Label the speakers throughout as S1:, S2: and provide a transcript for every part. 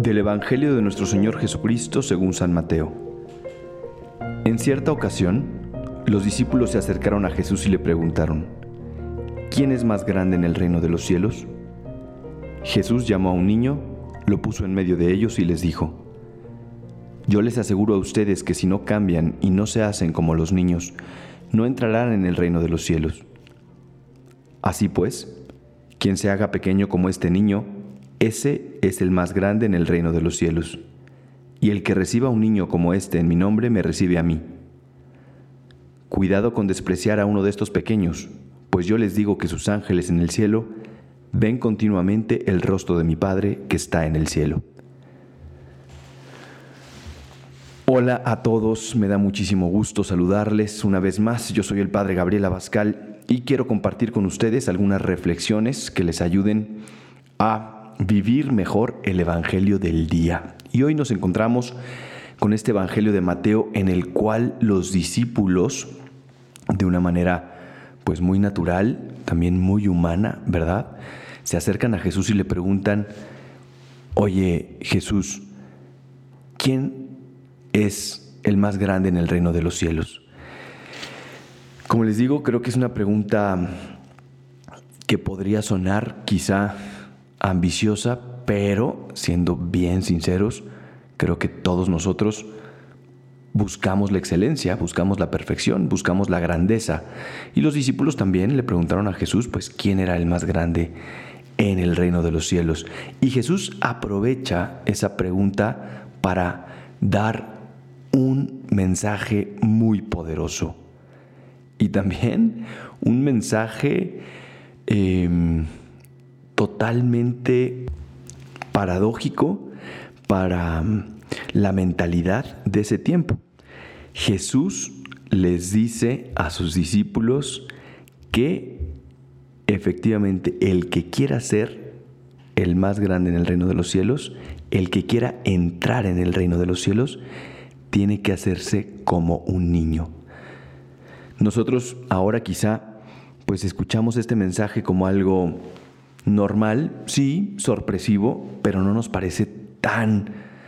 S1: Del Evangelio de nuestro Señor Jesucristo según San Mateo. En cierta ocasión, los discípulos se acercaron a Jesús y le preguntaron: ¿quién es más grande en el reino de los cielos? Jesús llamó a un niño, lo puso en medio de ellos y les dijo: yo les aseguro a ustedes que si no cambian y no se hacen como los niños, no entrarán en el reino de los cielos. Así pues, quien se haga pequeño como este niño, ese es el más grande en el reino de los cielos. Y el que reciba a un niño como este en mi nombre, me recibe a mí. Cuidado con despreciar a uno de estos pequeños, pues yo les digo que sus ángeles en el cielo ven continuamente el rostro de mi Padre que está en el cielo. Hola a todos, me da muchísimo gusto saludarles una vez más. Yo soy el Padre Gabriel Abascal y quiero compartir con ustedes algunas reflexiones que les ayuden a vivir mejor el Evangelio del día. Y hoy nos encontramos con este Evangelio de Mateo en el cual los discípulos, de una manera pues muy natural, también muy humana, ¿verdad?, se acercan a Jesús y le preguntan: oye, Jesús, ¿quién es el más grande en el reino de los cielos? Como les digo, creo que es una pregunta que podría sonar quizá ambiciosa, pero siendo bien sinceros, creo que todos nosotros buscamos la excelencia, buscamos la perfección, buscamos la grandeza. Y los discípulos también le preguntaron a Jesús, pues, ¿quién era el más grande en el reino de los cielos? Y Jesús aprovecha esa pregunta para dar un mensaje muy poderoso. Y también un mensaje totalmente paradójico para la mentalidad de ese tiempo. Jesús les dice a sus discípulos que efectivamente el que quiera ser el más grande en el reino de los cielos, el que quiera entrar en el reino de los cielos, tiene que hacerse como un niño. Nosotros ahora quizá pues escuchamos este mensaje como algo normal, sí, sorpresivo, pero no nos parece tan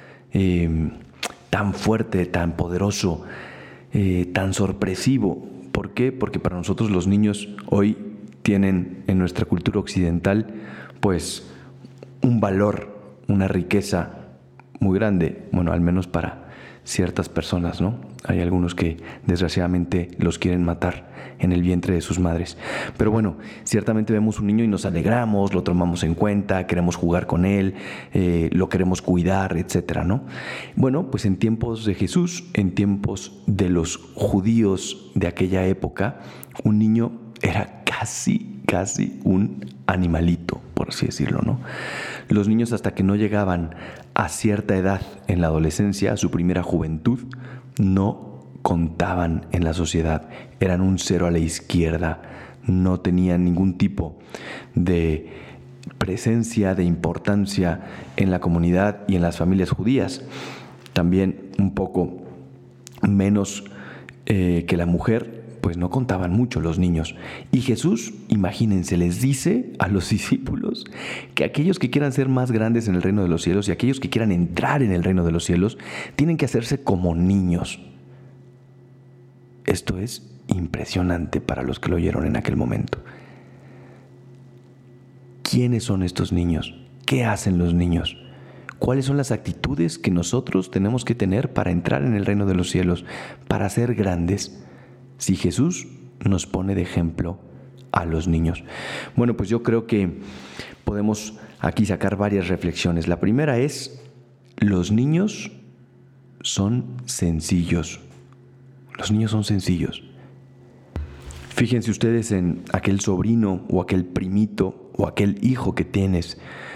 S1: fuerte, tan poderoso, tan sorpresivo. ¿Por qué? Porque para nosotros los niños hoy tienen en nuestra cultura occidental pues un valor, una riqueza muy grande, bueno, al menos para ciertas personas, ¿no? Hay algunos que desgraciadamente los quieren matar en el vientre de sus madres. Pero bueno, ciertamente vemos un niño y nos alegramos, lo tomamos en cuenta, queremos jugar con él, lo queremos cuidar, etcétera, ¿no? Bueno, pues en tiempos de Jesús, en tiempos de los judíos de aquella época, un niño era casi un animalito, por así decirlo, ¿no? Los niños, hasta que no llegaban a cierta edad en la adolescencia, a su primera juventud, no contaban en la sociedad, eran un cero a la izquierda, no tenían ningún tipo de presencia, de importancia en la comunidad y en las familias judías. También un poco menos que la mujer, pues no contaban mucho los niños. Y Jesús, imagínense, les dice a los discípulos que aquellos que quieran ser más grandes en el reino de los cielos y aquellos que quieran entrar en el reino de los cielos tienen que hacerse como niños. Esto es impresionante para los que lo oyeron en aquel momento. ¿Quiénes son estos niños? ¿Qué hacen los niños? ¿Cuáles son las actitudes que nosotros tenemos que tener para entrar en el reino de los cielos, para ser grandes? Si Jesús nos pone de ejemplo a los niños. Bueno, pues yo creo que podemos aquí sacar varias reflexiones. La primera es: los niños son sencillos. Los niños son sencillos. Fíjense ustedes en aquel sobrino o aquel primito o aquel hijo que tienes,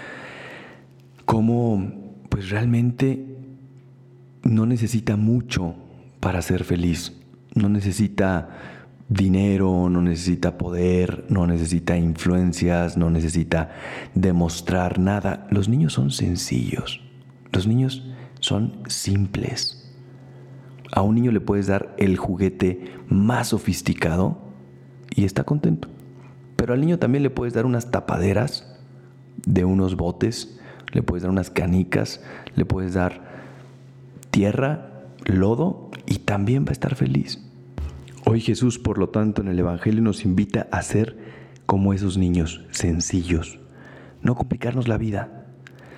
S1: cómo pues realmente no necesita mucho para ser feliz. No necesita dinero, no necesita poder, no necesita influencias, no necesita demostrar nada. Los niños son sencillos. Los niños son simples. A un niño le puedes dar el juguete más sofisticado y está contento. Pero al niño también le puedes dar unas tapaderas de unos botes, le puedes dar unas canicas, le puedes dar tierra, lodo, y también va a estar feliz. Hoy Jesús, por lo tanto, en el Evangelio nos invita a ser como esos niños, sencillos, no complicarnos la vida,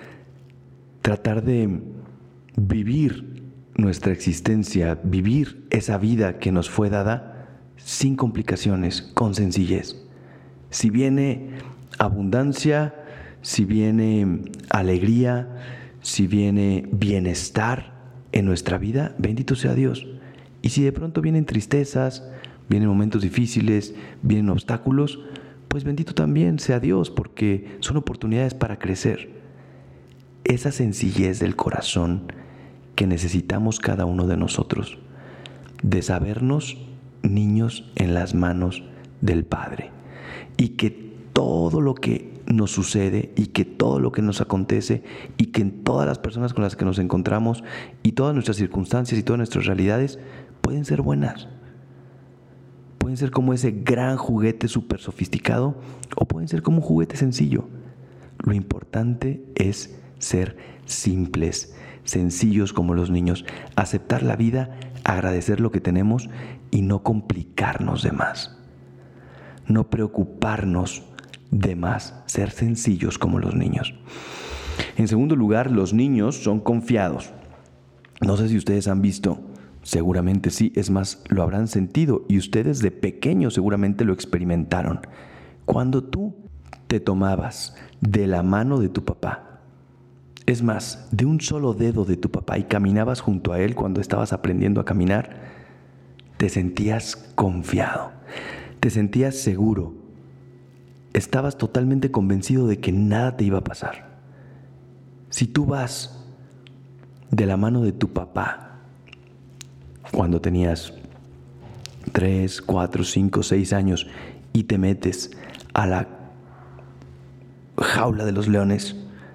S1: tratar de vivir nuestra existencia, vivir esa vida que nos fue dada sin complicaciones, con sencillez. Si viene abundancia, si viene alegría, si viene bienestar en nuestra vida, bendito sea Dios. Y si de pronto vienen tristezas, vienen momentos difíciles, vienen obstáculos, pues bendito también sea Dios, porque son oportunidades para crecer. Esa sencillez del corazón que necesitamos cada uno de nosotros, de sabernos niños en las manos del Padre, y que todo lo que nos sucede y que todo lo que nos acontece y que en todas las personas con las que nos encontramos y todas nuestras circunstancias y todas nuestras realidades pueden ser buenas. Pueden ser como ese gran juguete súper sofisticado o pueden ser como un juguete sencillo. Lo importante es ser simples, sencillos como los niños, aceptar la vida, agradecer lo que tenemos y no complicarnos de más. No preocuparnos de más, ser sencillos como los niños. En segundo lugar, los niños son confiados. No sé si ustedes han visto, seguramente sí, es más, lo habrán sentido y ustedes de pequeños seguramente lo experimentaron. Cuando tú te tomabas de la mano de tu papá, es más, de un solo dedo de tu papá y caminabas junto a él cuando estabas aprendiendo a caminar, te sentías confiado, te sentías seguro, estabas totalmente convencido de que nada te iba a pasar. Si tú vas de la mano de tu papá cuando tenías 3, 4, 5, 6 años y te metes a la jaula de los leones,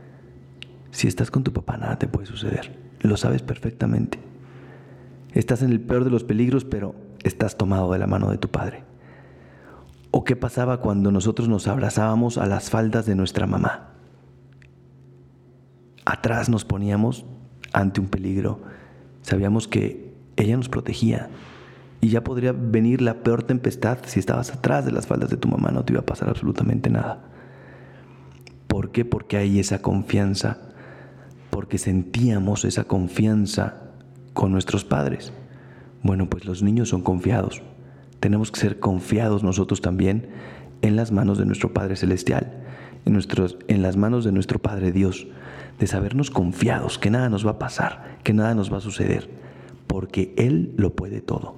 S1: si estás con tu papá nada te puede suceder, lo sabes perfectamente. Estás en el peor de los peligros, pero estás tomado de la mano de tu padre. ¿O qué pasaba cuando nosotros nos abrazábamos a las faldas de nuestra mamá? Atrás nos poníamos ante un peligro. Sabíamos que ella nos protegía y ya podría venir la peor tempestad. Si estabas atrás de las faldas de tu mamá no te iba a pasar absolutamente nada. ¿Por qué? Porque hay esa confianza, porque sentíamos esa confianza con nuestros padres. Bueno, pues los niños son confiados. Tenemos que ser confiados nosotros también en las manos de nuestro Padre Celestial, en las manos de nuestro Padre Dios, de sabernos confiados, que nada nos va a pasar, que nada nos va a suceder, porque Él lo puede todo.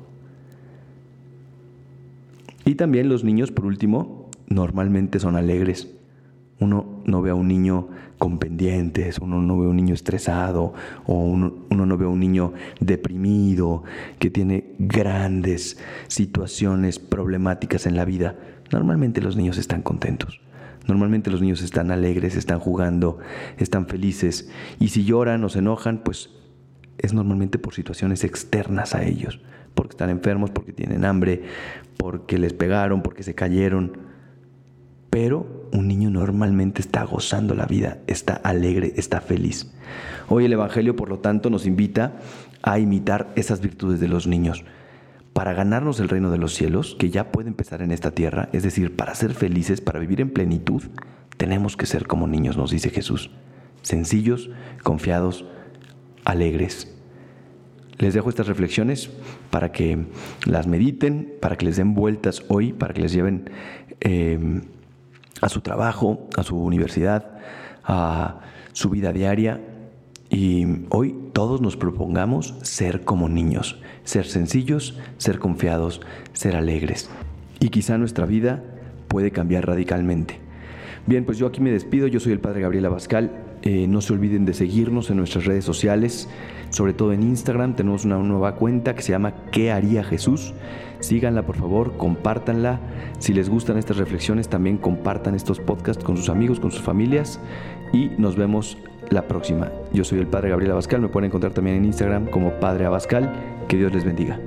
S1: Y también los niños, por último, normalmente son alegres. Uno no ve a un niño con pendientes, uno no ve a un niño estresado, o uno no ve a un niño deprimido, que tiene grandes situaciones problemáticas en la vida. Normalmente los niños están contentos. Normalmente los niños están alegres, están jugando, están felices. Y si lloran o se enojan, pues es normalmente por situaciones externas a ellos. Porque están enfermos, porque tienen hambre, porque les pegaron, porque se cayeron. Pero un niño normalmente está gozando la vida, está alegre, está feliz. Hoy el Evangelio, por lo tanto, nos invita a imitar esas virtudes de los niños. Para ganarnos el reino de los cielos, que ya puede empezar en esta tierra, es decir, para ser felices, para vivir en plenitud, tenemos que ser como niños, nos dice Jesús. Sencillos, confiados, alegres. Les dejo estas reflexiones para que las mediten, para que les den vueltas hoy, para que les lleven a su trabajo, a su universidad, a su vida diaria. Y hoy todos nos propongamos ser como niños, ser sencillos, ser confiados, ser alegres. Y quizá nuestra vida puede cambiar radicalmente. Bien, pues yo aquí me despido. Yo soy el Padre Gabriel Abascal. No se olviden de seguirnos en nuestras redes sociales, sobre todo en Instagram. Tenemos una nueva cuenta que se llama ¿Qué haría Jesús? Síganla, por favor, compártanla. Si les gustan estas reflexiones, también compartan estos podcasts con sus amigos, con sus familias. Y nos vemos la próxima. Yo soy el Padre Gabriel Abascal. Me pueden encontrar también en Instagram como Padre Abascal. Que Dios les bendiga.